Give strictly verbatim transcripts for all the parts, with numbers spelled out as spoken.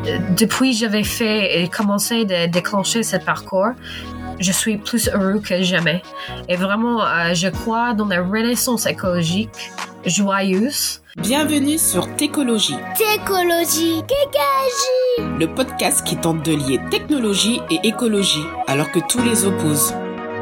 depuis que j'avais fait et commencé de déclencher ce parcours, je suis plus heureux que jamais. Et vraiment, euh, je crois dans la renaissance écologique joyeuse. Bienvenue sur Técologie. Técologie, Kékagie. Le podcast qui tente de lier technologie et écologie, alors que tous les opposent.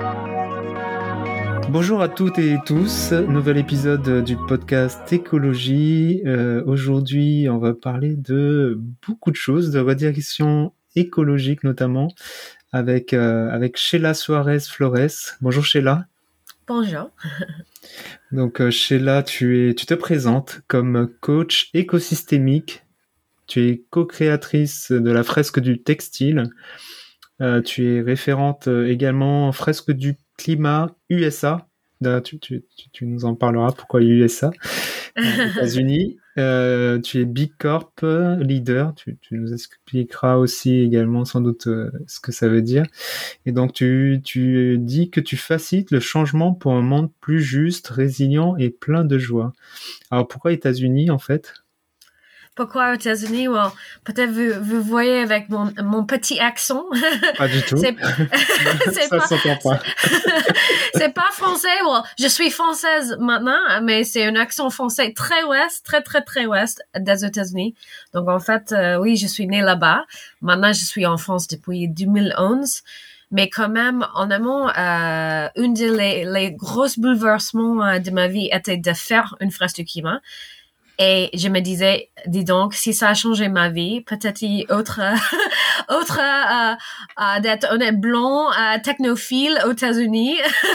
Bonjour à toutes et tous, nouvel épisode du podcast Técologie. Euh, aujourd'hui, on va parler de beaucoup de choses, de redirection écologique notamment, avec, euh, avec Sheila Suarez Flores. Bonjour Sheila. Bonjour. Donc euh, Sheila, tu, es, tu te présentes comme coach écosystémique. Tu es co-créatrice de la fresque du textile. Euh, tu es référente également en fresque du climat U S A. Tu, tu, tu, tu nous en parleras pourquoi U S A aux États-Unis. Euh, tu es B Corp leader. Tu, tu nous expliqueras aussi également sans doute euh, ce que ça veut dire. Et donc tu, tu dis que tu facilites le changement pour un monde plus juste, résilient et plein de joie. Alors pourquoi États-Unis en fait? Pourquoi aux États-Unis? Well, peut-être vous, vous voyez avec mon, mon petit accent. Pas du tout. c'est, c'est ça pas, s'entend pas. C'est pas français. Well, je suis française maintenant, mais c'est un accent français très ouest, très, très, très ouest des États-Unis. Donc, en fait, euh, oui, je suis née là-bas. Maintenant, je suis en France depuis deux mille onze. Mais quand même, en amont, euh, une des les, les grosses bouleversements euh, de ma vie était de faire une fresque du climat. Et je me disais, dis donc, si ça a changé ma vie, peut-être il y a autre, euh, autre euh, euh, d'être honnête blanc, euh, technophile aux États-Unis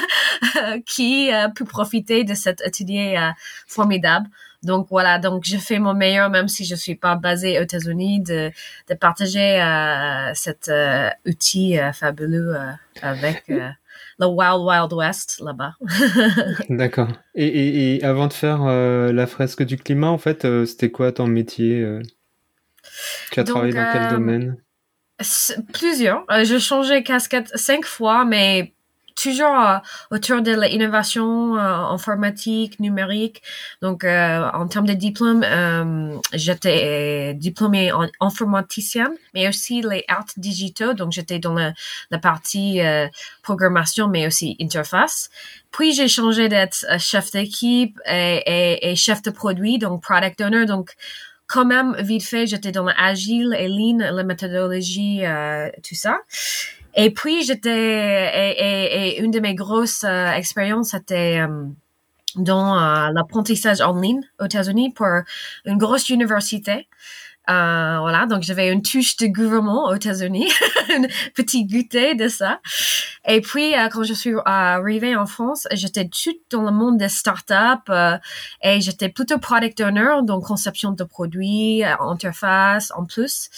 qui euh, peut profiter de cet atelier euh, formidable. Donc voilà, donc je fais mon meilleur, même si je suis pas basée aux États-Unis, de, de partager euh, cet euh, outil euh, fabuleux euh, avec euh, le Wild Wild West là-bas. D'accord. Et, et, et avant de faire euh, la fresque du climat, en fait, euh, c'était quoi ton métier euh... Tu as Donc, travaillé dans quel euh, domaine? Plusieurs. Euh, j'ai changé casquette cinq fois, mais toujours euh, autour de l'innovation euh, informatique, numérique. Donc, euh, en termes de diplôme, euh, j'étais diplômée en informaticienne, mais aussi les arts digitaux. Donc, j'étais dans la, la partie euh, programmation, mais aussi interface. Puis, j'ai changé d'être chef d'équipe et, et, et chef de produit, donc product owner. Donc, quand même, vite fait, j'étais dans l'agile et lean, la méthodologie, euh, tout ça. Et puis, j'étais, et, et, et une de mes grosses euh, expériences, c'était euh, dans euh, l'apprentissage en ligne aux États-Unis pour une grosse université. Euh, voilà, donc j'avais une touche de gouvernement aux États-Unis, un petit goûter de ça. Et puis, euh, quand je suis euh, arrivée en France, j'étais toute dans le monde des startups euh, et j'étais plutôt product owner, donc conception de produits, euh, interface en plus.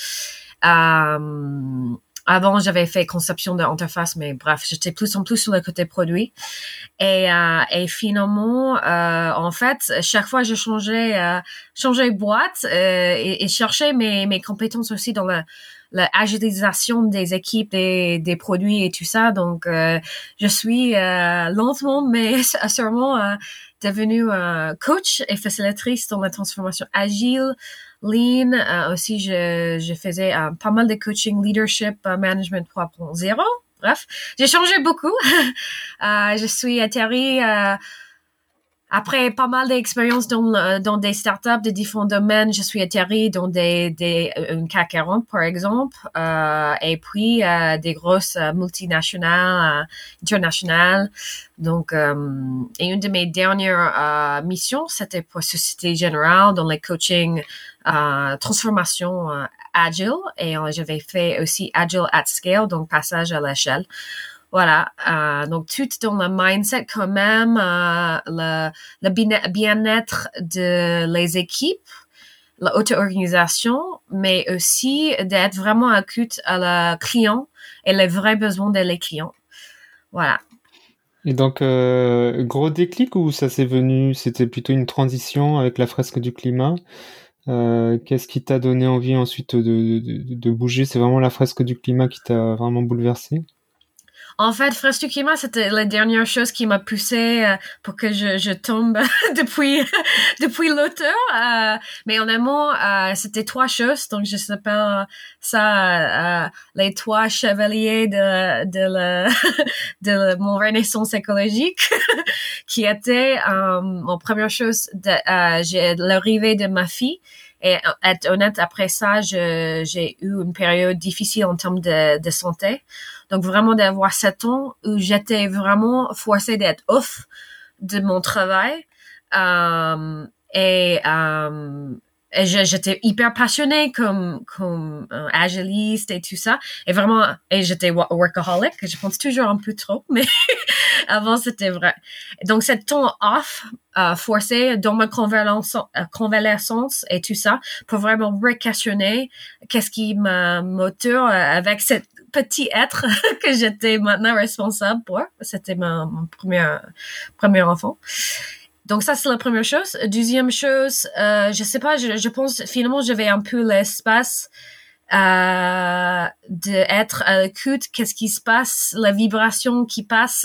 Euh, Avant, j'avais fait conception d'interface, mais bref, j'étais plus en plus sur le côté produit. Et, euh, et finalement, euh, en fait, chaque fois, je changeais, euh, changeais boîte euh, et, et cherchais mes, mes compétences aussi dans la, la agilisation des équipes, des, des produits et tout ça. Donc, euh, je suis euh, lentement, mais sûrement euh, devenue euh, coach et facilitatrice dans la transformation agile. Lean, euh, aussi je, je faisais euh, pas mal de coaching, leadership, uh, management trois point zéro. Bref, j'ai changé beaucoup. euh, je suis atterrie euh, après pas mal d'expériences dans, dans des startups de différents domaines. Je suis atterrie dans des, des une C A C quarante par exemple, euh, et puis euh, des grosses euh, multinationales, euh, internationales. Donc, euh, et une de mes dernières euh, missions, c'était pour Société Générale dans les coaching euh, transformation euh, agile, et euh, j'avais fait aussi agile at scale, donc passage à l'échelle. Voilà, euh, donc tout dans le mindset quand même, euh, le, le bien-être de les équipes, l'auto-organisation, mais aussi d'être vraiment acute à le client et les vrais besoins de les clients. Voilà. Et donc, euh, gros déclic ou ça s'est venu, c'était plutôt une transition avec la fresque du climat? Euh, qu'est-ce qui t'a donné envie ensuite de, de, de bouger? C'est vraiment la fresque du climat qui t'a vraiment bouleversé? En fait, Frastukima, c'était la dernière chose qui m'a poussé euh, pour que je, je tombe depuis depuis l'auteur. Euh, mais honnêtement, euh, c'était trois choses. Donc, je s'appelle ça euh, les trois chevaliers de de, le, de mon renaissance écologique, qui était euh, mon première chose. De, euh, j'ai l'arrivée de ma fille. Et être honnête, après ça, je, j'ai eu une période difficile en termes de, de santé. Donc vraiment d'avoir sept ans où j'étais vraiment forcée d'être off de mon travail. Euh, et euh, et je, j'étais hyper passionnée comme comme euh, agiliste et tout ça. Et vraiment, et j'étais workaholic. Je pense toujours un peu trop, mais avant c'était vrai. Donc cet temps off euh, forcé dans ma convalescence, euh, convalescence et tout ça pour vraiment re-questionner qu'est-ce qui m'a moteur euh, avec cette petit être que j'étais maintenant responsable pour. C'était mon, mon premier premier enfant. Donc ça, c'est la première chose. Deuxième chose, euh, je sais pas, je, je pense finalement j'avais un peu l'espace euh, d'être à l'écoute, qu'est-ce qui se passe, la vibration qui passe.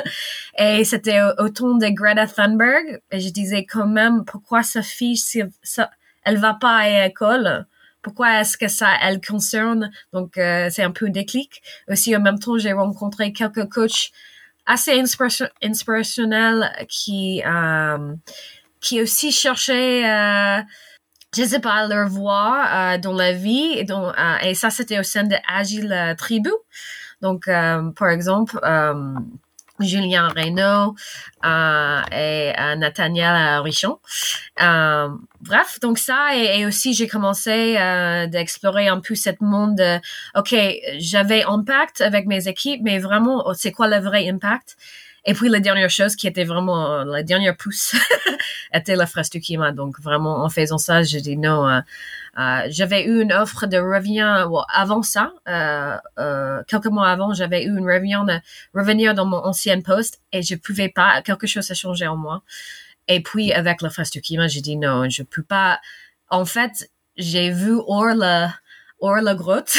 Et c'était au, au ton de Greta Thunberg. Et je disais quand même, pourquoi sa fille, si, ça, elle va pas à l'école? Pourquoi est-ce que ça, elle concerne? Donc euh, c'est un peu déclic. Aussi en même temps, j'ai rencontré quelques coachs assez inspiration, inspirationnel qui euh, qui aussi cherchait euh, je sais pas leur voix euh, dans la vie et, dans, euh, et ça c'était au sein de Agile Tribu. Donc euh, par exemple euh, Julien Reynaud euh, et euh, Nathaniel Richon. Euh, bref, donc ça et, et aussi j'ai commencé euh, d'explorer un peu cette monde de, ok, j'avais impact avec mes équipes, mais vraiment, c'est quoi le vrai impact? Et puis la dernière chose qui était vraiment la dernière pouce était la Frastukima. Donc vraiment en faisant ça, j'ai dit non. Euh, euh, j'avais eu une offre de revient well, avant ça, euh, euh, quelques mois avant, j'avais eu une revient de revenir dans mon ancien poste et je pouvais pas. Quelque chose a changé en moi. Et puis avec la Frastukima, j'ai dit non, je peux pas. En fait, j'ai vu hors la hors la grotte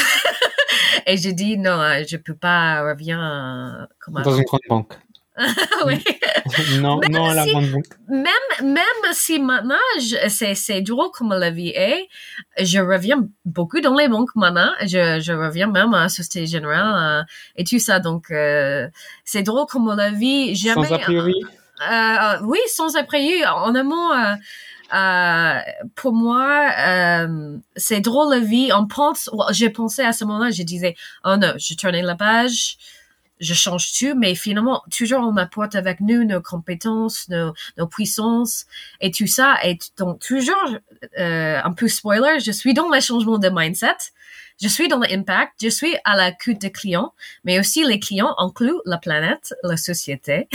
et j'ai dit non, je peux pas revenir euh, comme dans une grande banque. Oui. non, même non à la si, grande banque. Même, même si maintenant, je, c'est, c'est drôle comme la vie est, je reviens beaucoup dans les banques maintenant. Je, je reviens même à la Société Générale euh, et tout ça. Donc, euh, c'est drôle comme la vie. Jamais, Sans a priori. Euh, euh, oui, sans a priori. En amont, euh, euh, pour moi, euh, c'est drôle la vie. On pense, j'ai pensé à ce moment-là, je disais, oh non, je tournais la page. Je change tout, mais finalement, toujours on apporte avec nous nos compétences, nos, nos puissances et tout ça. Et donc, toujours, euh, un peu spoiler, je suis dans le changement de mindset, je suis dans l'impact, je suis à l'écoute des clients, mais aussi les clients incluent la planète, la société,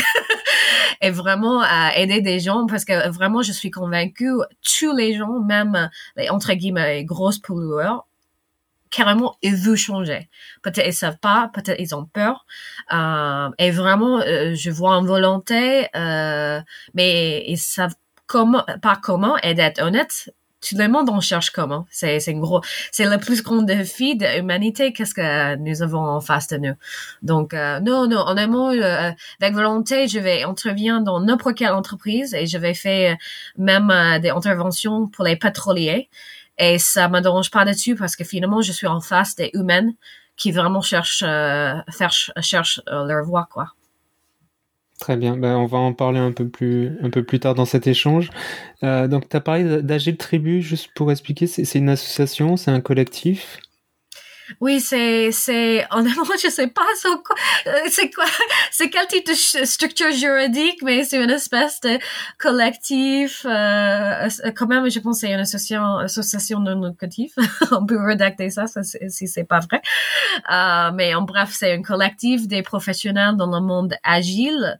et vraiment à aider des gens parce que vraiment, je suis convaincue, tous les gens, même les entre guillemets grosses pollueurs, carrément, ils veulent changer. Peut-être ils savent pas, peut-être ils ont peur. Euh, et vraiment, euh, je vois en volonté, euh, mais ils savent comment, pas comment, et d'être honnête, tout le monde en cherche comment. C'est, c'est une gros, c'est le plus grand défi de l'humanité, qu'est-ce que nous avons en face de nous. Donc, euh, non, non, honnêtement, euh, avec volonté, je vais intervenir dans n'importe quelle entreprise et je vais faire même euh, des interventions pour les pétroliers. Et ça me dérange pas dessus parce que finalement, je suis en face des humains qui vraiment cherchent, euh, cherchent, cherchent euh, leur voie, quoi. Très bien. Ben, on va en parler un peu plus, un peu plus tard dans cet échange. Euh, donc, tu as parlé d'Agile Tribu, juste pour expliquer, c'est, c'est une association, c'est un collectif? Oui, c'est, c'est, honnêtement, je sais pas c'est quoi, c'est quel type de structure juridique, mais c'est une espèce de collectif, euh, quand même, je pense que c'est une association, association non lucrative. On peut redacter ça, ça si c'est pas vrai. Euh, mais en bref, c'est un collectif des professionnels dans le monde agile,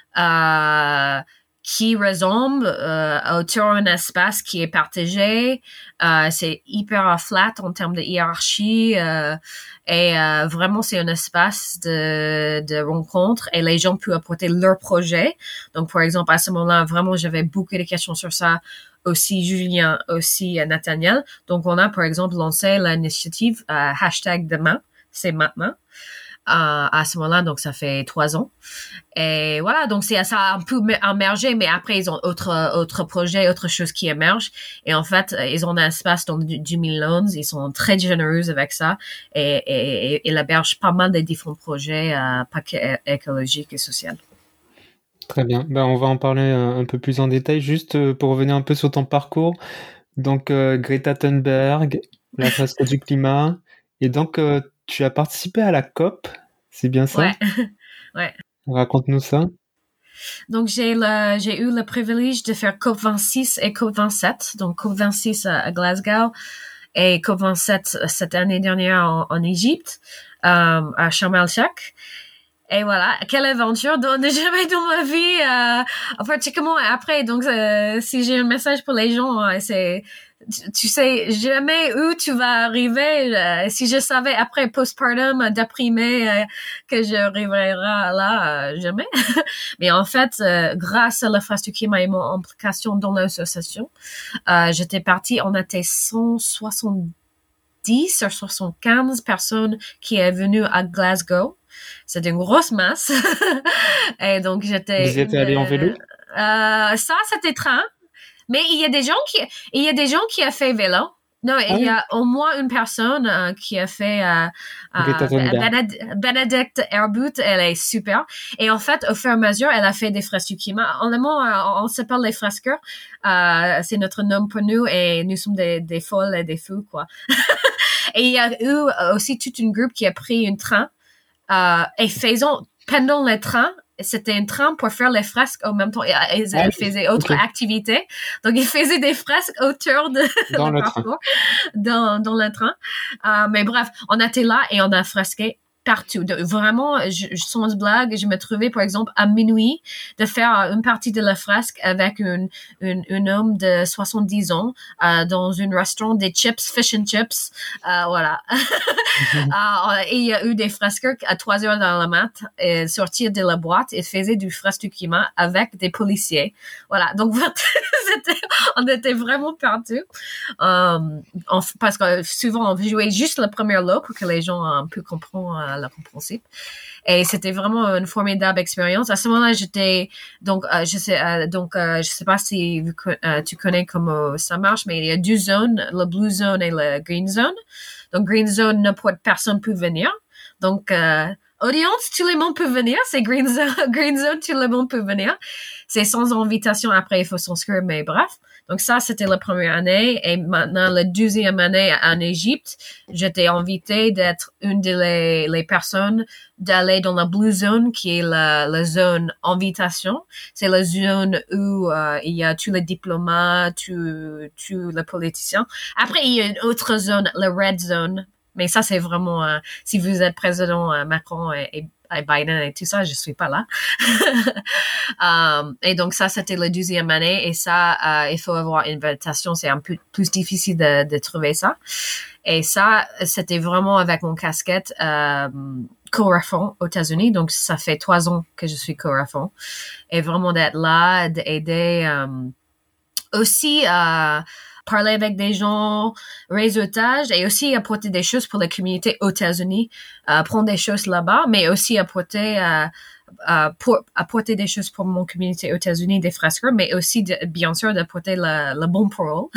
euh, qui ressemble euh, autour d'un espace qui est partagé. Euh, c'est hyper flat en termes de hiérarchie euh, et euh, vraiment c'est un espace de, de rencontre et les gens peuvent apporter leur projet. Donc par exemple à ce moment-là, vraiment j'avais beaucoup de questions sur ça. Aussi Julien, aussi euh, Nathaniel. Donc on a par exemple lancé l'initiative euh, hashtag demain, c'est maintenant. à ce moment-là, donc ça fait trois ans. Et voilà, donc c'est ça a un peu émergé, mais après ils ont autre autre projet, autre chose qui émerge. Et en fait, ils ont un espace dans deux mille onze, ils sont très généreux avec ça et, et, et ils hébergent pas mal de différents projets, euh, pas que écologiques et sociaux. Très bien. Ben, on va en parler un, un peu plus en détail. Juste euh, pour revenir un peu sur ton parcours. Donc, euh, Greta Thunberg, la fresque du climat. Et donc, euh, tu as participé à la COP, c'est bien ça? Ouais. Ouais. Raconte-nous ça. Donc, j'ai le, j'ai eu le privilège de faire COP vingt-six et COP vingt-sept. Donc, COP vingt-six à, à Glasgow et COP vingt-sept cette année dernière en, en Égypte, euh, à Sharm el-Sheikh. Et voilà, quelle aventure dont jamais dans ma vie, euh, pratiquement après. Donc, euh, si j'ai un message pour les gens, euh, c'est, tu, tu sais jamais où tu vas arriver. Euh, si je savais après postpartum, déprimé, euh, que je arriverais là, euh, jamais. Mais en fait, euh, grâce à la Fresque du climat et mon implication dans l'association, euh, j'étais partie, on était cent soixante-dix ou soixante-quinze personnes qui est venues à Glasgow. C'était une grosse masse. Et donc, j'étais... Vous y êtes allé en vélo? Euh, ça, c'était train. Mais il y a des gens qui, il y a des gens qui a fait vélo. Non, ah il y a oui. au moins une personne euh, qui a fait euh, euh, Bened- Benedict Airboot. Elle est super. Et en fait, au fur et à mesure, elle a fait des fresques du climat. En allemand, euh, on s'appelle les fresqueurs. Euh, c'est notre nom pour nous et nous sommes des, des folles et des fous, quoi. Et il y a eu aussi toute une groupe qui a pris une train. Euh, et faisant, pendant le train, c'était un train pour faire les fresques en même temps. Ils, ils ah, faisaient autre okay. activité. Donc, ils faisaient des fresques autour de dans le parcours, dans, dans le train. Euh, mais bref, on était là et on a fresqué partout. De, vraiment, je, sans blague, je me trouvais, par exemple, à minuit, de faire une partie de la fresque avec un un, un homme de soixante-dix ans euh, dans un restaurant des chips, fish and chips. Euh, voilà. euh, et il y a eu des fresqueurs à trois heures dans la mat, et sortir de la boîte et faisaient du fresque du climat avec des policiers. Voilà. Donc, c'était, on était vraiment partout. Euh, on, parce que souvent, on jouait juste la première lot pour que les gens un peu comprennent euh, le principe. Et c'était vraiment une formidable expérience. À ce moment-là, j'étais donc euh, je sais euh, donc euh, je sais pas si vous, euh, tu connais comment ça marche, mais il y a deux zones, la blue zone et la green zone. Donc green zone, n'importe personne peut venir. Donc euh, audience, tout le monde peut venir. C'est green zone, green zone, tout le monde peut venir. C'est sans invitation. Après, il faut s'inscrire, mais bref. Donc ça, c'était la première année. Et maintenant, la deuxième année en Égypte, j'étais invitée d'être une des les, les personnes d'aller dans la blue zone, qui est la, la zone invitation. C'est la zone où euh, il y a tous les diplomates, tous, tous les politiciens. Après, il y a une autre zone, la red zone. Mais ça, c'est vraiment, euh, si vous êtes président euh, Macron et, et et Biden et tout ça, je suis pas là. um, et donc ça, c'était la deuxième année. Et ça, euh, il faut avoir une invitation. C'est un peu plus difficile de, de trouver ça. Et ça, c'était vraiment avec mon casquette euh, co-refond aux États-Unis. Donc, ça fait trois ans que je suis co-refond. Et vraiment d'être là, d'aider euh, aussi à... Euh, parler avec des gens, réseautage et aussi apporter des choses pour la communauté aux États-Unis, euh, prendre des choses là-bas, mais aussi apporter, euh, euh, pour, apporter des choses pour mon communauté aux États-Unis, des fresqueurs, mais aussi, de, bien sûr, d'apporter le, le bon parole.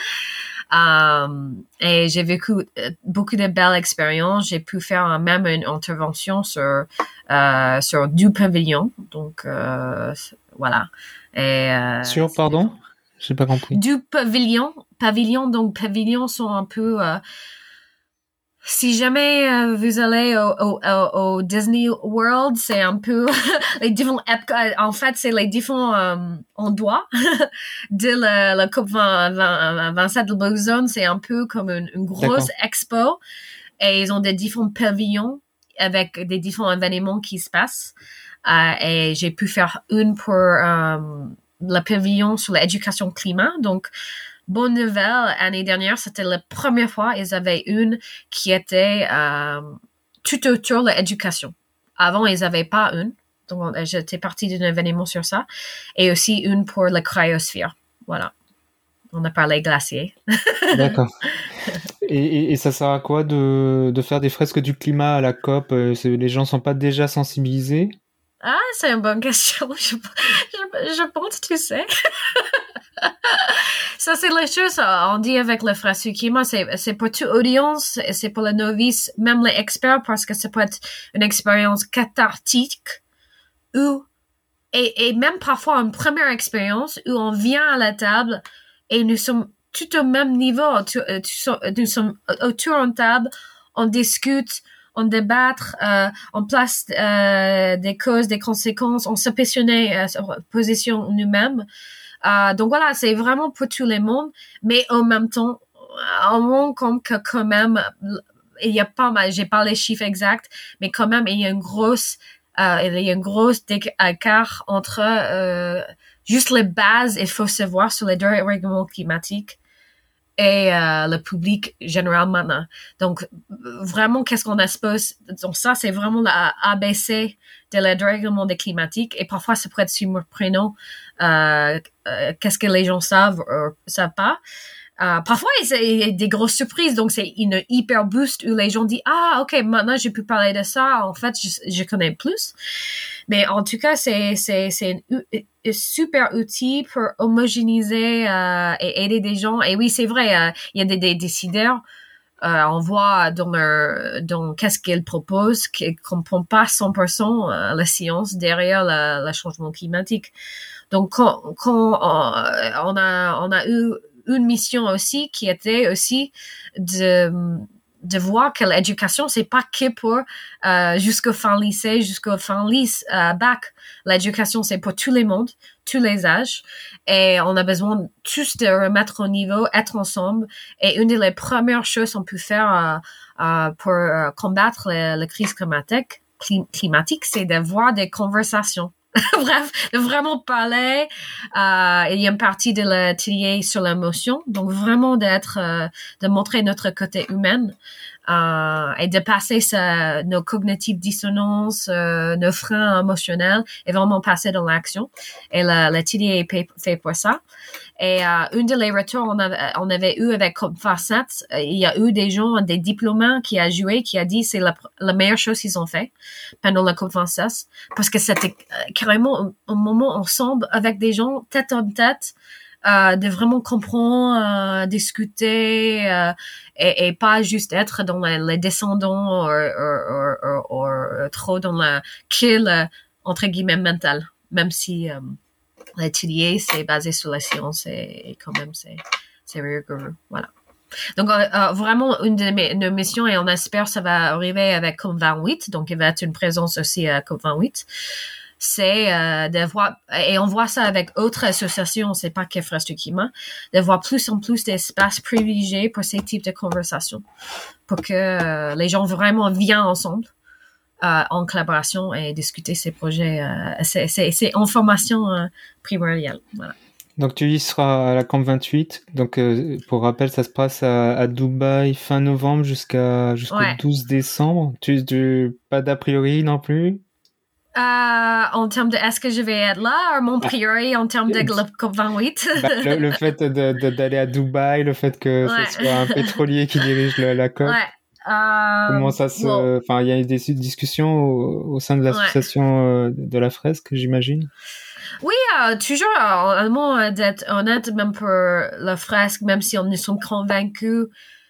um, et j'ai vécu beaucoup de belles expériences. J'ai pu faire même une intervention sur, euh, sur deux pavillons. Donc, euh, voilà. Et, euh, sur, pardon? J'ai pas compris. Du pavillon, pavillon, donc pavillons sont un peu. Euh, si jamais euh, vous allez au, au, au, au Disney World, c'est un peu les différents. En fait, c'est les différents euh, endroits de la, la COP vingt-sept de Blue Zone. C'est un peu comme une, une grosse D'accord. expo, et ils ont des différents pavillons avec des différents événements qui se passent. Euh, et j'ai pu faire une pour. Euh, le pavillon sur l'éducation climat. Donc, bonne nouvelle, l'année dernière, c'était la première fois ils avaient une qui était euh, tout autour de l'éducation. Avant, ils n'avaient pas une. Donc, j'étais partie d'un événement sur ça. Et aussi une pour la cryosphère. Voilà. On a parlé glacier. D'accord. Et, et, et ça sert à quoi de, de faire des fresques du climat à la COP? C'est, les gens sont pas déjà sensibilisés? Ah, c'est une bonne question. Je, je, je pense, tu sais. Ça, c'est la chose, on dit avec le fresque du climat, c'est, c'est pour toute audience, c'est pour les novices, même les experts, parce que ça peut être une expérience cathartique ou, et, et même parfois une première expérience où on vient à la table et nous sommes tout au même niveau, tout, tout, nous sommes autour d'une table, on discute, on débat, euh, on place euh, des causes, des conséquences, on se positionne euh, position nous-mêmes. Euh, donc voilà, c'est vraiment pour tout le monde, mais en même temps, on rend compte que quand même, il y a pas mal, j'ai pas les chiffres exacts, mais quand même, il y a une grosse, euh, il y a une grosse écart entre euh, juste les bases, il faut savoir sur les dérèglements climatiques et euh, le public général maintenant. Donc, vraiment, qu'est-ce qu'on espèce? Donc, ça, c'est vraiment l'A B C de le dérèglement des climatiques. Et parfois, ça pourrait être surprenant euh, euh, qu'est-ce que les gens savent ou savent pas. Euh, parfois, il y a des grosses surprises. Donc, c'est une hyper boost où les gens disent « Ah, OK, maintenant, j'ai pu parler de ça. En fait, je, je connais plus. » Mais en tout cas, c'est, c'est, c'est un, un super outil pour homogénéiser euh, et aider des gens. Et oui, c'est vrai, euh, il y a des, des décideurs. Euh, on voit dans leur, dans qu'est-ce qu'ils proposent, qu'ils ne comprennent pas cent pour cent euh, la science derrière le changement climatique. Donc, quand, quand on, on a, on a eu une mission aussi qui était aussi de, de voir que l'éducation, c'est pas que pour euh, jusqu'au fin lycée, jusqu'au fin lycée, euh, bac. L'éducation, c'est pour tout le monde, tous les âges. Et on a besoin tous de remettre au niveau, être ensemble. Et une des premières choses qu'on peut faire euh, euh, pour euh, combattre la, la crise climatique, clim- climatique, c'est d'avoir des conversations. Bref, de vraiment parler. Euh, il y a une partie de l'atelier sur l'émotion, donc vraiment d'être, euh, de montrer notre côté humain euh, et de passer ça, nos cognitives dissonances, euh, nos freins émotionnels et vraiment passer dans l'action. Et l'atelier est fait pour ça. Et euh, une de les retours on avait, on avait eu avec COP27, il y a eu des gens, des diplômés qui a joué, qui a dit c'est la, la meilleure chose qu'ils ont fait pendant la COP vingt-six parce que c'était carrément un, un moment ensemble avec des gens tête en tête, euh, de vraiment comprendre, euh, discuter euh, et, et pas juste être dans les, les descendants ou trop dans la kill entre guillemets mentale, même si euh, l'atelier, c'est basé sur la science et, et quand même, c'est, c'est rigoureux. Voilà. Donc, euh, euh, vraiment, une de mes, nos missions, et on espère ça va arriver avec COP vingt-huit, donc il va être une présence aussi à COP vingt-huit, c'est euh, de voir, et on voit ça avec d'autres associations, c'est pas que Fresque du climat, de voir plus en plus d'espaces privilégiés pour ces types de conversations, pour que euh, les gens vraiment viennent ensemble. Euh, en collaboration et discuter ces projets. Euh, c'est, c'est, c'est en formation euh, primordiale. Voilà. Donc tu y seras à la COP vingt-huit. Donc euh, pour rappel, ça se passe à, à Dubaï fin novembre jusqu'à jusqu'au ouais. douze décembre. Tu, tu pas d'a priori non plus? Euh, en termes de est-ce que je vais être là, mon priori en termes de la COP vingt-huit. Bah, le, le fait de, de, d'aller à Dubaï, le fait que ouais. ce soit un pétrolier qui dirige le, la COP. Ouais. Euh, Comment ça se... Enfin, il y a des discussions au, au sein de l'association ouais. de la fresque, j'imagine? Oui, euh, toujours, honnêtement, euh, d'être honnête, même pour la fresque, même si on nous sommes convaincus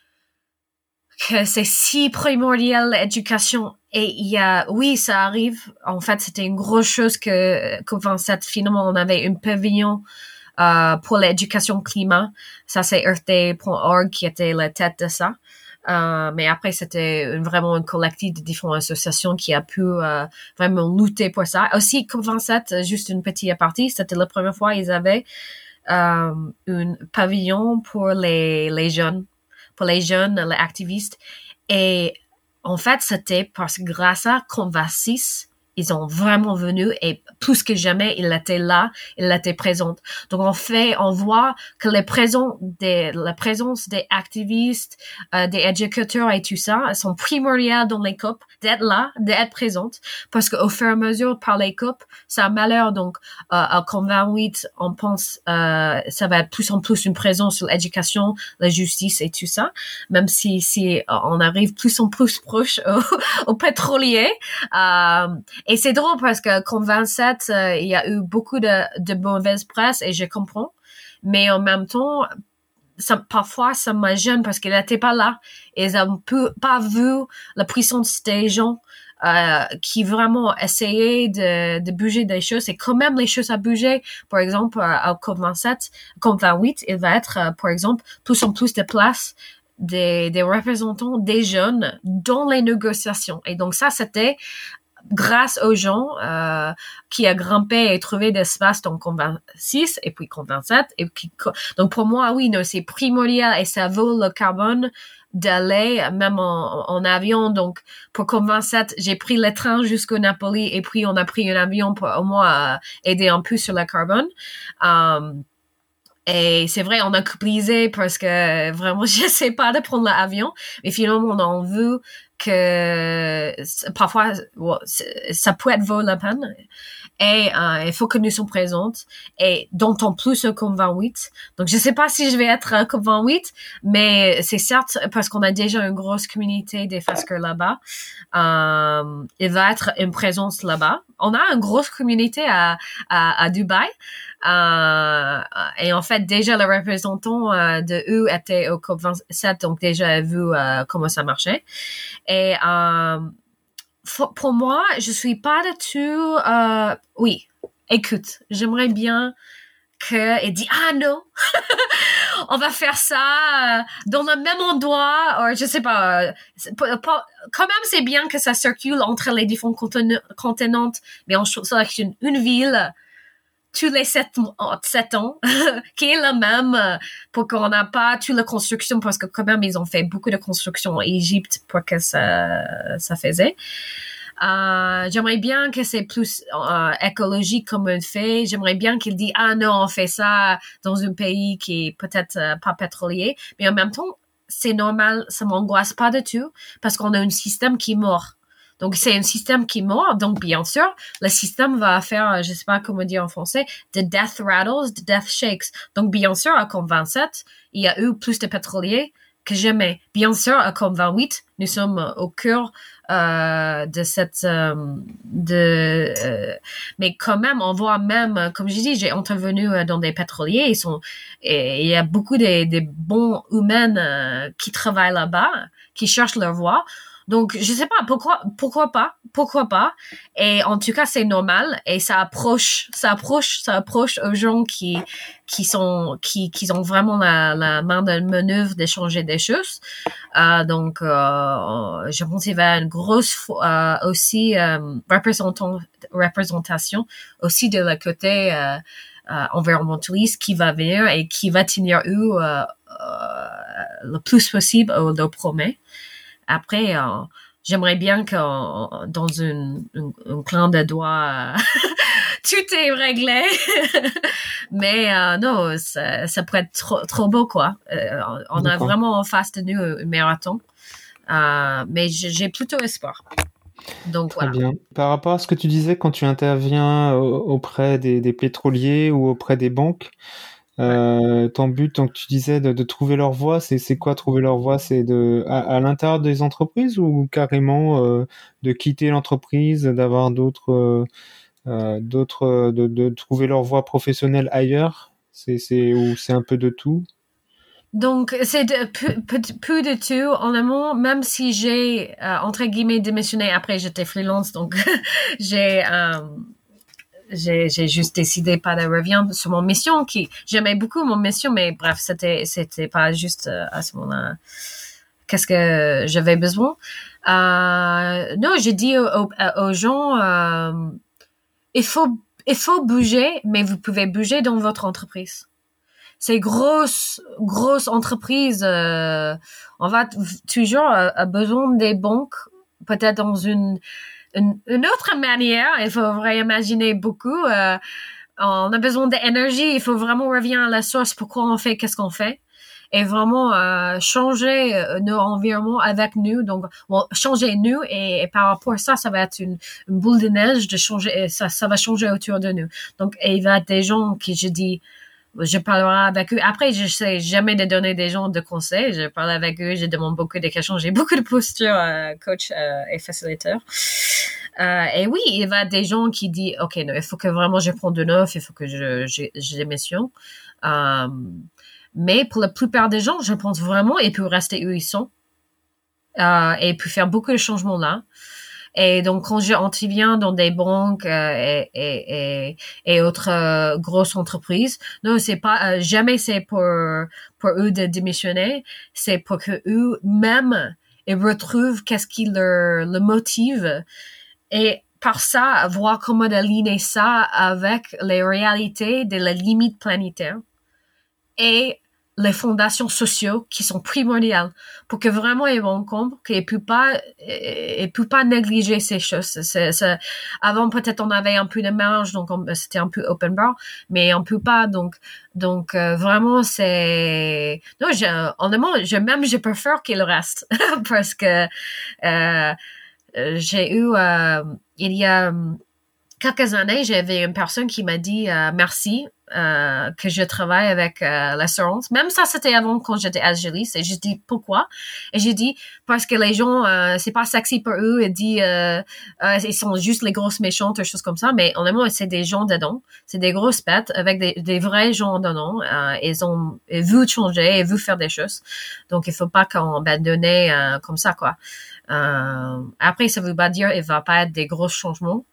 que c'est si primordial l'éducation. Et il y a, oui, ça arrive. En fait, c'était une grosse chose que COP vingt-sept, finalement, on avait un pavillon euh, pour l'éducation climat. Ça, c'est earth day point org qui était la tête de ça. Euh, mais après, c'était une, vraiment un collectif de différentes associations qui a pu euh, vraiment lutter pour ça. Aussi, COP vingt-sept, juste une petite partie, c'était la première fois qu'ils avaient euh, un pavillon pour les, les jeunes, pour les jeunes, les activistes. Et en fait, c'était parce que grâce à COP vingt-six ils ont vraiment venu et plus que jamais, ils étaient là, ils étaient présents. Donc, on fait, on voit que les présents des, la présence des activistes, euh, des éducateurs et tout ça, sont primordiales dans les C O P, d'être là, d'être présentes, parce qu'au fur et à mesure, par les C O P, c'est un malheur. Donc, euh, à COP vingt-huit, on pense, euh, ça va être plus en plus une présence sur l'éducation, la justice et tout ça, même si, si on arrive plus en plus proche aux, aux pétroliers. Euh, Et c'est drôle parce que COP vingt-sept, euh, il y a eu beaucoup de, de mauvaise presse et je comprends. Mais en même temps, ça, parfois, ça me gêne parce qu'ils n'étaient pas là. Ils n'ont pas vu la puissance des gens euh, qui vraiment essayaient de, de bouger des choses. Et quand même, les choses à bouger, par exemple, à COP vingt-sept, COP vingt-huit, il va être, par exemple, plus en plus de place des, des représentants des jeunes dans les négociations. Et donc ça, c'était grâce aux gens euh, qui a grimpé et trouvé d'espace dans COP vingt-six et puis COP vingt-sept. Et puis, donc pour moi, oui, non, c'est primordial et ça vaut le carbone d'aller même en, en avion. Donc pour COP vingt-sept, j'ai pris le train jusqu'au Napoli et puis on a pris un avion pour au moins euh, aider un peu sur le carbone. Um, Et c'est vrai, on a couplisé parce que vraiment, je sais pas de prendre l'avion. Mais finalement, on a vu que parfois, ouais, ça peut être vaut la peine. Et euh, il faut que nous soyons présentes. Et d'autant plus au COP vingt-huit. Donc, je sais pas si je vais être à COP vingt-huit, mais c'est certes parce qu'on a déjà une grosse communauté des Fasker là-bas. Euh, il va être une présence là-bas. On a une grosse communauté à, à, à Dubaï. Euh, et en fait, déjà, le représentant euh, de eux était au COP vingt-sept, donc déjà vu euh, comment ça marchait. Et euh, pour moi, je suis pas du tout... Euh, oui, écoute, j'aimerais bien qu'il dise « Ah non, on va faire ça euh, dans le même endroit. » Ou je sais pas, euh, pas, pas, quand même, c'est bien que ça circule entre les différents continents, mais on sélectionne une ville tous les sept, sept ans, qui est la même, pour qu'on n'a pas toute la construction, parce que quand même, ils ont fait beaucoup de construction en Égypte pour que ça, ça faisait. Euh, j'aimerais bien que c'est plus euh, écologique comme on fait. J'aimerais bien qu'il dise, ah non, on fait ça dans un pays qui est peut-être euh, pas pétrolier. Mais en même temps, c'est normal, ça m'angoisse pas du tout, parce qu'on a un système qui est mort. Donc, c'est un système qui est mort. Donc, bien sûr, le système va faire, je sais pas comment dire en français, de death rattles, de death shakes. Donc, bien sûr, à COP vingt-sept, il y a eu plus de pétroliers que jamais. Bien sûr, à COP vingt-huit, nous sommes au cœur euh, de cette... Euh, de, euh, mais quand même, on voit même, comme je dis, j'ai intervenu dans des pétroliers. Ils sont, et il y a beaucoup de, de bons humains euh, qui travaillent là-bas, qui cherchent leur voie. Donc, je sais pas, pourquoi, pourquoi pas, pourquoi pas. Et en tout cas, c'est normal et ça approche, ça approche, ça approche aux gens qui, qui sont, qui, qui ont vraiment la, la main de manœuvre de changer des choses. Euh, donc, euh, je pense qu'il va y avoir une grosse, euh, aussi, euh, représentant, représentation aussi de le côté, euh, euh, environnementaliste qui va venir et qui va tenir eux, euh, euh, le plus possible au, au promet. Après, euh, j'aimerais bien que euh, dans une, une, une clan de doigts, euh, tout est réglé. Mais euh, non, ça, ça pourrait être trop, trop beau, quoi. Euh, on D'accord. a vraiment en face de nous un marathon. Euh, mais j'ai plutôt espoir. Donc, Très voilà. bien. Par rapport à ce que tu disais quand tu interviens auprès des, des pétroliers ou auprès des banques, Euh, ton but, donc tu disais de, de trouver leur voie, c'est c'est quoi trouver leur voie? C'est de à, à l'intérieur des entreprises ou carrément euh, de quitter l'entreprise, d'avoir d'autres euh, d'autres de, de trouver leur voie professionnelle ailleurs? C'est c'est ou c'est un peu de tout? Donc, c'est de, peu, peu, peu de tout. En amont, même si j'ai, euh, entre guillemets, démissionné, après j'étais freelance, donc j'ai... Euh, J'ai, j'ai juste décidé pas de revenir sur mon mission qui, j'aimais beaucoup mon mission, mais bref, c'était, c'était pas juste euh, à ce moment-là. Qu'est-ce que j'avais besoin? Euh, non, j'ai dit aux, aux, aux gens, euh, il faut, il faut bouger, mais vous pouvez bouger dans votre entreprise. Ces grosses, grosses entreprises, euh, on va t- toujours avoir besoin des banques, peut-être dans une, une, une autre manière. Il faut réimaginer beaucoup. Euh, on a besoin d'énergie. Il faut vraiment revenir à la source. Pourquoi on fait, qu'est-ce qu'on fait? Et vraiment euh, changer euh, nos environnements avec nous. Donc, bon, changer nous et, et par rapport à ça, ça va être une, une boule de neige de changer. Et ça, ça va changer autour de nous. Donc, et il va y avoir des gens qui, je dis, je parlerai avec eux. Après, je sais jamais de donner des gens de conseils. Je parle avec eux, je demande beaucoup de questions. J'ai beaucoup de postures, euh, coach euh, et facilitateur. Euh, et oui, il va y avoir des gens qui disent, OK, non, il faut que vraiment je prenne de neuf, il faut que je, je, je démissionne. Euh, mais pour la plupart des gens, je pense vraiment, ils peuvent rester où ils sont. Euh, et ils peuvent faire beaucoup de changements là. Et donc, quand j'interviens dans des banques euh, et, et, et, et autres euh, grosses entreprises, non, c'est pas euh, jamais c'est pour pour eux de démissionner, c'est pour que eux mêmes ils retrouvent qu'est-ce qui leur le motive et par ça voir comment aligner ça avec les réalités de la limite planétaire et les fondations sociales qui sont primordiales pour que vraiment ils vont comprendre qu'ils ne peuvent pas, ils peuvent pas négliger ces choses. C'est, c'est, avant, peut-être, on avait un peu de marge, donc on, c'était un peu open bar, mais on peut pas. Donc, donc, euh, vraiment, c'est, non, je, honnêtement, je, même, je préfère qu'il reste parce que, euh, j'ai eu, euh, il y a quelques années, j'avais une personne qui m'a dit, euh, merci, Euh, que je travaille avec euh, l'assurance. Même ça, c'était avant quand j'étais à Algérie. Et j'ai dit pourquoi. Et j'ai dit parce que les gens, euh, c'est pas sexy pour eux. Et dit, euh, euh, ils sont juste les grosses méchantes, des choses comme ça. Mais honnêtement, c'est des gens dedans. C'est des grosses bêtes avec des, des vrais gens dedans. Euh, ils ont ils veulent changer, ils veulent faire des choses. Donc, il faut pas qu'on abandonne euh, comme ça, quoi. Euh, après, ça veut pas dire il va pas être des gros changements.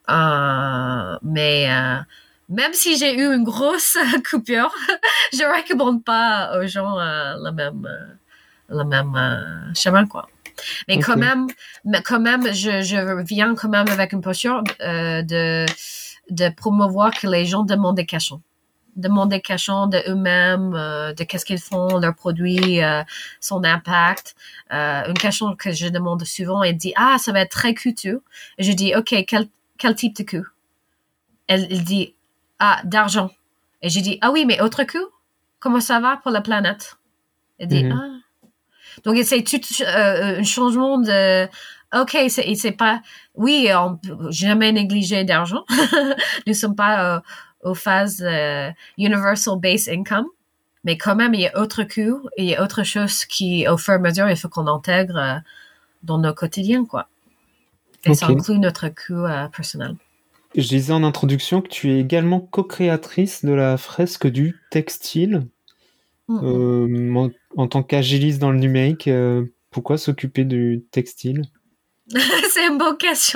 Euh, mais euh, même si j'ai eu une grosse coupure, je recommande pas aux gens euh, le même, euh, le même euh, chemin, quoi. Mais okay. quand même, mais quand même, je, je viens quand même avec une posture euh, de, de promouvoir que les gens demandent des cachons. Demandent des cachons de eux-mêmes, euh, de qu'est-ce qu'ils font, leurs produits, euh, son impact. Euh, une cachon que je demande souvent, elle dit, ah, ça va être très coûteux. Et je dis, OK, quel, quel type de coût? Elle, elle dit, ah, d'argent. Et j'ai dit, ah oui, mais autre coup? Comment ça va pour la planète? Elle dit, mm-hmm. ah. Donc, c'est tout euh, un changement de, OK, c'est, c'est pas, oui, on peut jamais négliger d'argent. Nous sommes pas euh, aux phases euh, universal base income. Mais quand même, il y a autre coup, il y a autre chose qui, au fur et à mesure, il faut qu'on intègre euh, dans nos quotidiens, quoi. Et okay. Ça inclut notre coût euh, personnel. Je disais en introduction que tu es également co-créatrice de la fresque du textile. Mm-hmm. Euh, en, en tant qu'agiliste dans le numérique, euh, pourquoi s'occuper du textile? C'est une bonne question.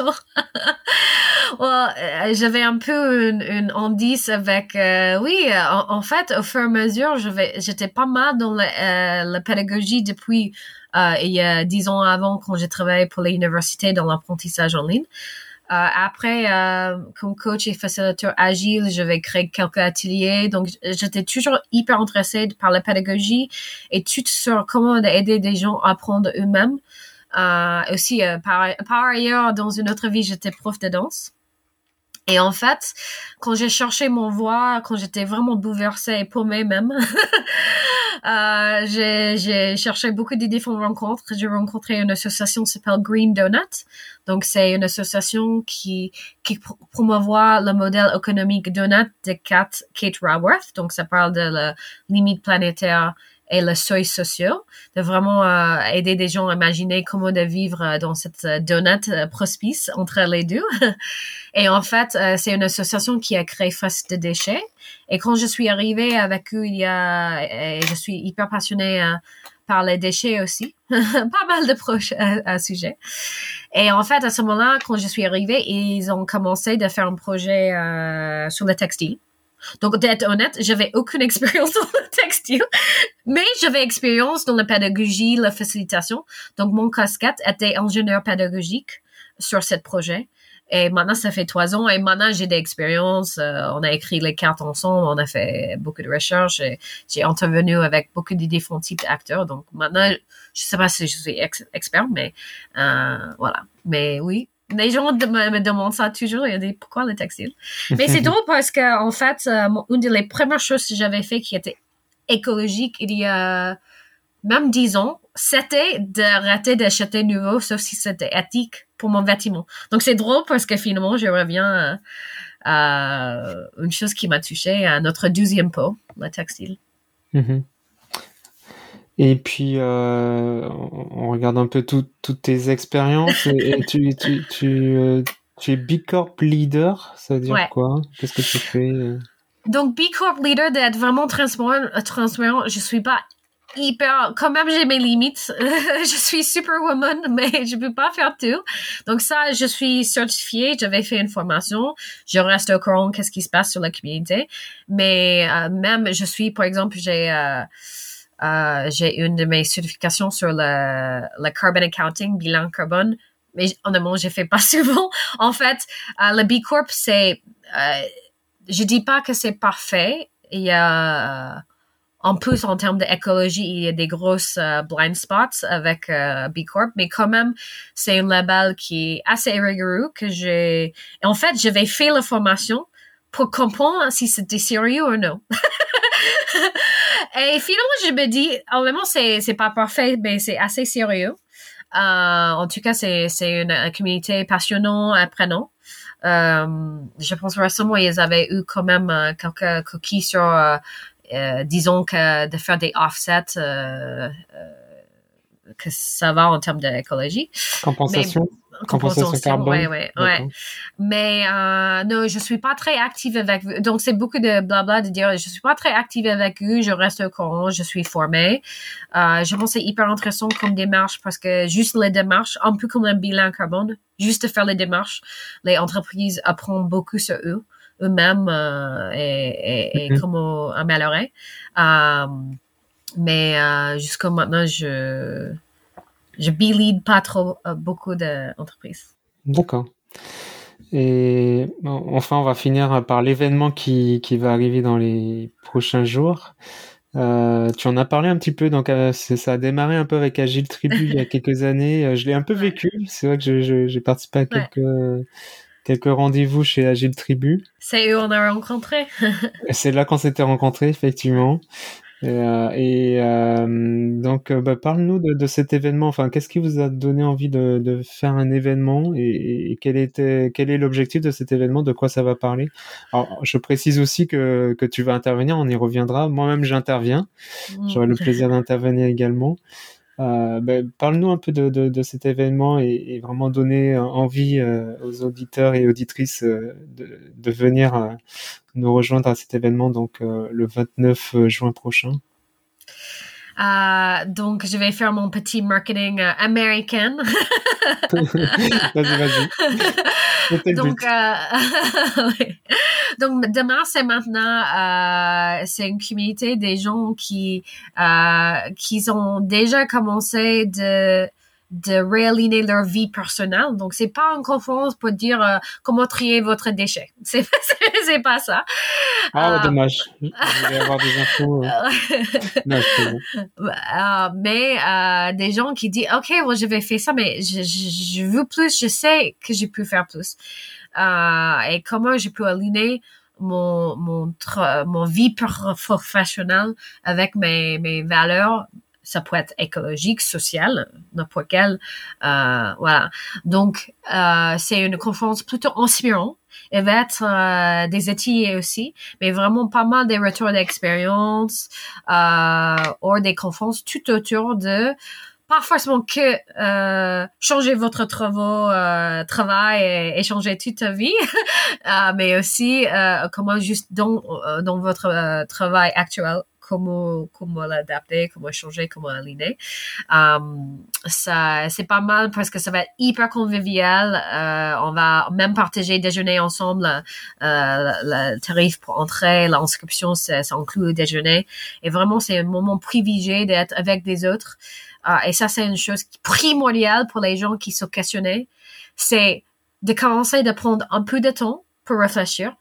well, euh, j'avais un peu une, une indice avec... Euh, oui, en, en fait, au fur et à mesure, je vais, j'étais pas mal dans la, euh, la pédagogie depuis euh, il y a dix ans avant quand j'ai travaillé pour l'université dans l'apprentissage en ligne. Euh, après, euh, comme coach et facilitateur agile, je vais créer quelques ateliers. Donc, j'étais toujours hyper intéressée par la pédagogie et tout sur comment aider des gens à apprendre eux-mêmes. Euh, aussi, euh, par, par ailleurs, dans une autre vie, j'étais prof de danse. Et en fait, quand j'ai cherché mon voix, quand j'étais vraiment bouleversée et paumée même, euh, j'ai, j'ai cherché beaucoup d'idées pour rencontres. J'ai rencontré une association qui s'appelle Green Donut. Donc, c'est une association qui, qui promouvoit le modèle économique Donut de Kate, Kate Raworth. Donc, ça parle de la limite planétaire et le seuil social, de vraiment euh, aider des gens à imaginer comment de vivre dans cette euh, donut euh, prospice entre les deux. Et en fait, euh, c'est une association qui a créé Face de déchets. Et quand je suis arrivée avec eux, il y a, et je suis hyper passionnée euh, par les déchets aussi, pas mal de projets à, à sujet. Et en fait, à ce moment-là, quand je suis arrivée, ils ont commencé de faire un projet euh, sur le textile. Donc, d'être honnête, j'avais aucune expérience dans le textile, mais j'avais expérience dans la pédagogie, la facilitation. Donc, mon casquette était ingénieur pédagogique sur ce projet. Et maintenant, ça fait trois ans et maintenant, j'ai des expériences. Euh, on a écrit les cartes ensemble, on a fait beaucoup de recherches et j'ai intervenu avec beaucoup de différents types d'acteurs. Donc, maintenant, je sais pas si je suis ex- expert, mais euh, voilà. Mais oui, Les gens de, me, me demandent ça toujours. Ils disent pourquoi le textile. Mais c'est drôle parce que en fait, euh, une des premières choses que j'avais fait qui était écologique il y a même dix ans, c'était d'arrêter d'acheter nouveau, sauf si c'était éthique pour mon vêtement. Donc c'est drôle parce que finalement, je reviens à, à une chose qui m'a touchée, à notre douzième pot, le textile. Mm-hmm. Et puis, euh, on regarde un peu tout, toutes tes expériences. Et, et tu, tu, tu, euh, tu es B Corp Leader, ça veut dire ouais. quoi? Qu'est-ce que tu fais? Donc, B Corp Leader, d'être vraiment transparent, transparent, je suis pas hyper, quand même j'ai mes limites. Je suis superwoman, mais je peux pas faire tout. Donc ça, je suis certifiée, j'avais fait une formation, je reste au courant qu'est-ce qui se passe sur la communauté. Mais euh, même, je suis, par exemple, j'ai euh, euh, j'ai une de mes certifications sur le, le carbon accounting, bilan carbone. Mais honnêtement, j'ai fait pas souvent. En fait, euh, le B Corp, c'est, euh, je dis pas que c'est parfait. Il y a, en plus, en termes d'écologie, il y a des grosses uh, blind spots avec uh, B Corp, mais quand même, c'est un label qui est assez rigoureux que j'ai... Et en fait, j'avais fait la formation pour comprendre si c'était sérieux ou non. Et finalement, je me dis, honnêtement, c'est, c'est pas parfait, mais c'est assez sérieux. Euh, en tout cas, c'est, c'est une, une communauté passionnante, apprenante. Euh, je pense récemment, ils avaient eu quand même uh, quelques cookies sur... Uh, Euh, disons que de faire des offsets, euh, euh, que ça va en termes d'écologie. Compensation. Mais, compensation, compensation carbone. Ouais, ouais, ouais. Mais euh, non, je suis pas très active avec eux. Donc c'est beaucoup de blabla de dire je suis pas très active avec eux, je reste au courant, je suis formée. Euh, je pense que c'est hyper intéressant comme démarche parce que juste les démarches, un peu comme le bilan carbone, juste de faire les démarches, les entreprises apprennent beaucoup sur eux. eux-mêmes euh, et, et, et mm-hmm. comment améliorer. Euh, mais euh, jusqu'à maintenant, je je lead pas trop euh, beaucoup d'entreprises. D'accord. Et enfin, on va finir par l'événement qui, qui va arriver dans les prochains jours. Euh, tu en as parlé un petit peu, donc euh, ça a démarré un peu avec Agile Tribu il y a quelques années. Je l'ai un peu ouais. vécu. C'est vrai que je, je, j'ai participé à quelques... Ouais. quelques rendez-vous chez Agile Tribu. C'est eux on a rencontré. C'est là qu'on s'était rencontrés, effectivement. Et, euh, et euh, donc, bah, parle-nous de, de cet événement. Enfin, qu'est-ce qui vous a donné envie de, de faire un événement et, et quel était, quel est l'objectif de cet événement? De quoi ça va parler? Alors, je précise aussi que, que tu vas intervenir. On y reviendra. Moi-même, j'interviens. Mmh. J'aurai le plaisir d'intervenir également. Euh, ben, parle-nous un peu de, de, de cet événement et, et vraiment donner envie euh, aux auditeurs et auditrices euh, de, de venir euh, nous rejoindre à cet événement donc euh, le vingt-neuf juin prochain. Euh, donc, je vais faire mon petit marketing euh, américain. Vas-y, vas-y. Donc, euh, donc, demain, c'est maintenant, euh, c'est une communauté des gens qui, euh, qui ont déjà commencé de, de réaligner leur vie personnelle. Donc, c'est pas une conférence pour dire euh, comment trier votre déchet. C'est, c'est, c'est pas ça. Ah, euh, dommage. Je vais avoir des infos. Euh... non, c'est bon. Euh, mais euh, des gens qui disent, OK, well, je vais faire ça, mais je, je, je veux plus, je sais que je peux faire plus. Euh, et comment je peux aligner mon, mon, tra- mon vie professionnelle avec mes, mes valeurs. Ça peut être écologique, social, n'importe quel. Euh, voilà. Donc, euh, c'est une conférence plutôt inspirante. Elle va être euh, des ateliers aussi, mais vraiment pas mal des retours d'expérience euh, ou des conférences tout autour de pas forcément que euh, changer votre travail, euh, travail et, et changer toute ta vie, euh, mais aussi euh, comment juste dans, dans votre euh, travail actuel, comment comment l'adapter, comment changer, comment aligner. Um, ça c'est pas mal parce que ça va être hyper convivial. Euh, on va même partager déjeuner ensemble. Euh, le, le tarif pour entrer, l'inscription, ça, ça inclut le déjeuner. Et vraiment, c'est un moment privilégié d'être avec des autres. Uh, et ça, c'est une chose primordiale pour les gens qui sont questionnés. C'est de commencer de prendre un peu de temps pour réfléchir,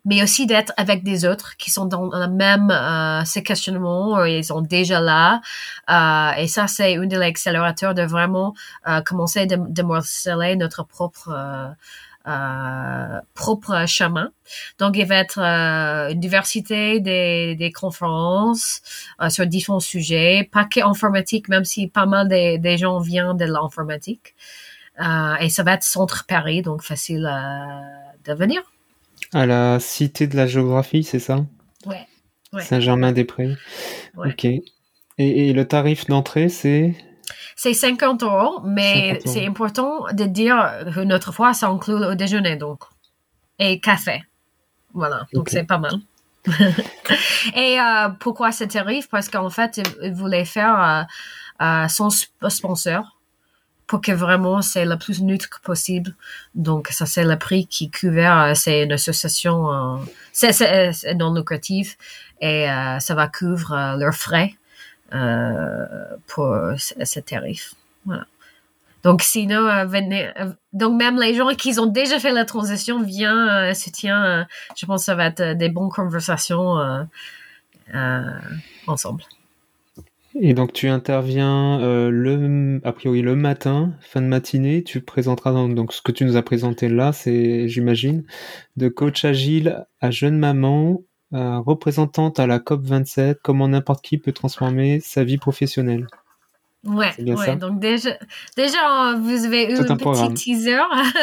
mais aussi d'être avec des autres qui sont dans le même euh, ces questionnements, ils sont déjà là. Euh, et ça, c'est une des accélérateurs de vraiment euh, commencer de, de morceler notre propre euh, euh, propre chemin. Donc, il va être euh, une diversité des, des conférences euh, sur différents sujets, pas qu'informatique, même si pas mal des, des gens viennent de l'informatique. Euh, et ça va être centre Paris, donc facile euh, de venir. À la Cité de la Géographie, c'est ça? Ouais. ouais. Saint-Germain-des-Prés. Ouais. Ok. Et, et le tarif d'entrée, c'est? C'est cinquante euros, mais cinquante euros. C'est important de dire que notre fois, ça inclut le déjeuner, donc. Et café. Voilà, donc Okay. c'est pas mal. Et euh, pourquoi ce tarif? Parce qu'en fait, ils voulaient faire euh, euh, son sponsor pour que vraiment c'est le plus neutre possible. Donc, ça, c'est le prix qui est couvert. C'est une association, euh, c'est, c'est, c'est non lucratif et euh, ça va couvrir euh, leurs frais euh, pour ce, ce tarif. Voilà. Donc, sinon, euh, venez, euh, donc même les gens qui ont déjà fait la transition viennent, euh, se tient, euh, je pense que ça va être euh, des bonnes conversations euh, euh, ensemble. Et donc tu interviens euh, le, a priori le matin, fin de matinée, tu présenteras donc, donc ce que tu nous as présenté là, c'est, j'imagine, de coach agile à jeune maman, à représentante à la C O P vingt-sept, comment n'importe qui peut transformer sa vie professionnelle. Ouais, c'est bien ouais. ça. Donc déjà, déjà vous avez eu Tout un un programme. petit teaser.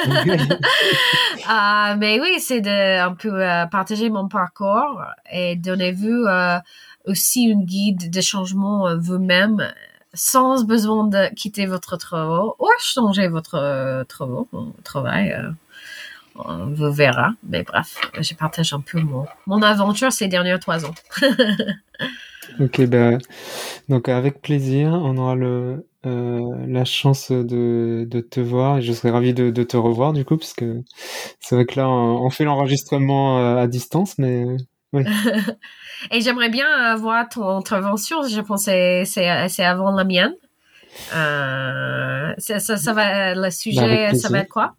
euh, mais oui, c'est de un peu euh, partager mon parcours et donner-vous euh, aussi une guide de changement euh, vous-même sans besoin de quitter votre travail ou changer votre euh, travail. travail euh, on vous verra. Mais bref, je partage un peu mon, mon aventure ces derniers trois ans. Ok, ben, donc avec plaisir, on aura le, euh, la chance de, de te voir et je serais ravi de, de te revoir du coup, parce que c'est vrai que là, on, on fait l'enregistrement euh, à distance, mais oui. Et j'aimerais bien avoir ton intervention. Je pense que c'est, c'est avant la mienne. Euh, ça, ça, ça va, le sujet, Bah, ça va être quoi?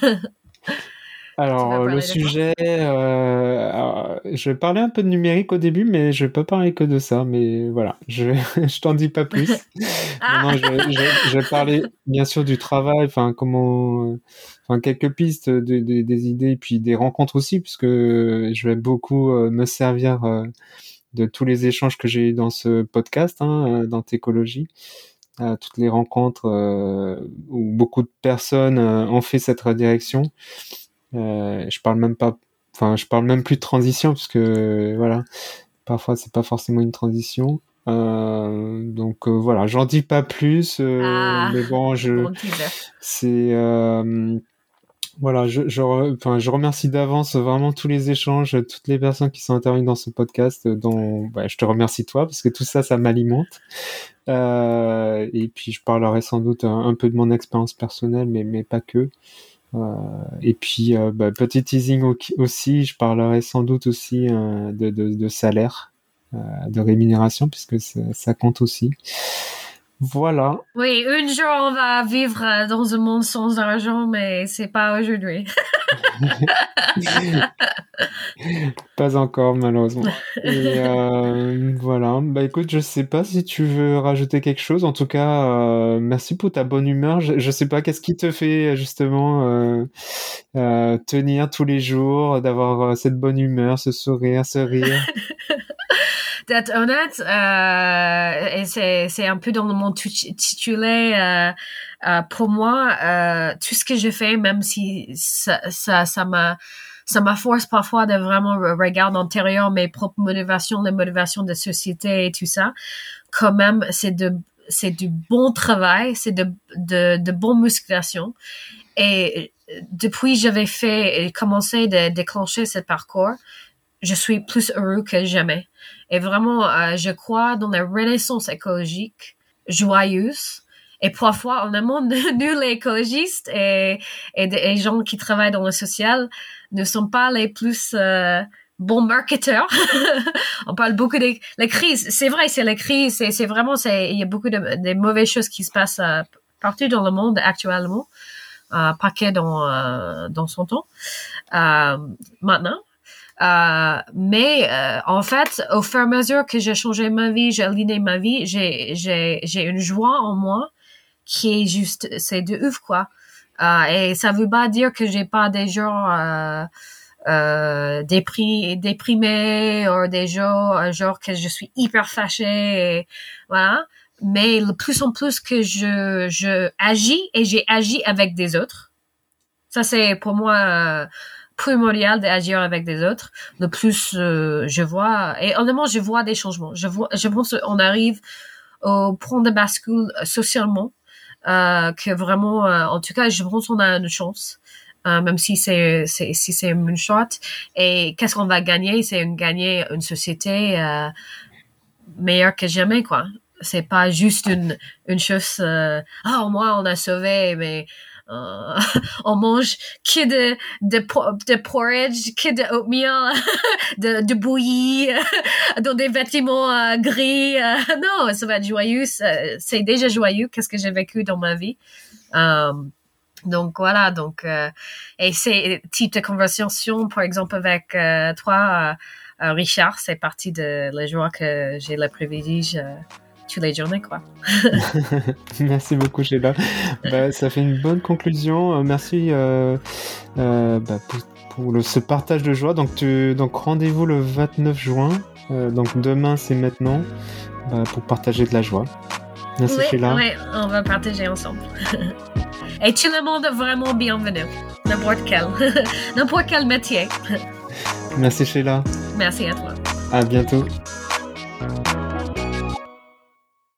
Alors, le sujet, euh, alors, je vais parler un peu de numérique au début, mais je vais pas parler que de ça, mais voilà, je, je t'en dis pas plus. ah non, non, je, je, je vais parler bien sûr du travail, enfin comment, enfin quelques pistes, de, de, des idées, puis des rencontres aussi, puisque je vais beaucoup euh, me servir euh, de tous les échanges que j'ai eu dans ce podcast, hein, dans Técologie. Euh, toutes les rencontres euh, où beaucoup de personnes euh, ont fait cette redirection. Euh, je parle même pas, enfin, je parle même plus de transition parce que voilà, parfois c'est pas forcément une transition. Euh, donc euh, voilà, j'en dis pas plus, euh, ah, mais bon, je, bon c'est euh, voilà, je, je, enfin, je remercie d'avance vraiment tous les échanges, toutes les personnes qui sont intervenues dans ce podcast, dont bah, je te remercie toi parce que tout ça, ça m'alimente. Euh, et puis je parlerai sans doute un, un peu de mon expérience personnelle, mais mais pas que. Euh, et puis euh, bah, petit teasing aussi, je parlerai sans doute aussi euh, de, de, de salaire, euh, de rémunération, puisque ça, ça compte aussi. Voilà. Oui, un jour on va vivre dans un monde sans argent, mais c'est pas aujourd'hui. Pas encore, malheureusement. Et euh, voilà. Bah écoute, je sais pas si tu veux rajouter quelque chose. En tout cas, euh, merci pour ta bonne humeur. Je, je sais pas qu'est-ce qui te fait justement euh, euh, tenir tous les jours, d'avoir cette bonne humeur, ce sourire, ce rire. D'être honnête, euh, et c'est, c'est un peu dans le monde titulé, euh, euh, pour moi, euh, tout ce que je fais, même si ça, ça, ça m'a, ça m'force parfois de vraiment regarder intérieur mes propres motivations, les motivations de société et tout ça. Quand même, c'est de, c'est du bon travail, c'est de, de, de bonne musculation. Et depuis que j'avais fait et commencé de déclencher ce parcours, je suis plus heureux que jamais. Et vraiment, euh, je crois dans la renaissance écologique joyeuse. Et parfois, en amont, nous, les écologistes et, et les gens qui travaillent dans le social, ne sont pas les plus euh, bons marketeurs. On parle beaucoup des les crises. C'est vrai, c'est les crises. C'est, c'est vraiment, c'est, il y a beaucoup de, de mauvaises choses qui se passent euh, partout dans le monde actuellement, euh, pas que dans, euh, dans son temps, euh, maintenant. Euh, mais euh, en fait, au fur et à mesure que j'ai changé ma vie, j'ai aligné ma vie, j'ai j'ai j'ai une joie en moi qui est juste, c'est de ouf quoi. Euh, et ça veut pas dire que j'ai pas des jours euh, euh, dépri- déprimés ou des jours genre que je suis hyper fâchée, et, voilà. Mais le plus en plus que je je agis et j'ai agi avec des autres, ça c'est pour moi euh, primordial d'agir avec des autres. Le plus euh, je vois, et honnêtement je vois des changements. Je vois, je pense qu'on arrive au point de bascule socialement, euh, que vraiment, euh, en tout cas, je pense qu'on a une chance, euh, même si c'est, c'est si c'est une shot. Et qu'est-ce qu'on va gagner? C'est une, gagner une société euh, meilleure que jamais, quoi. C'est pas juste une une chose. Euh, ah, au moins on a sauvé, mais euh, on mange que de de de porridge, que de oatmeal, de de bouillie dans des vêtements euh, gris. Euh, non, ça va être joyeux. C'est déjà joyeux. Qu'est-ce que j'ai vécu dans ma vie. Euh, donc voilà. Donc euh, et ces types de conversation, par exemple avec euh, toi, euh, Richard, c'est partie de la joie que j'ai le privilège. Euh, toutes les journées, quoi. Merci beaucoup, Sheila. Bah, ça fait une bonne conclusion. Euh, merci euh, euh, bah, pour, pour le, ce partage de joie. Donc, tu, donc rendez-vous le vingt-neuf juin. Euh, donc demain, c'est maintenant, bah, pour partager de la joie. Merci, oui, Sheila. Oui, on va partager ensemble. Et tout le monde est vraiment bienvenu. N'importe quel. N'importe quel métier. Merci, Sheila. Merci à toi. À bientôt.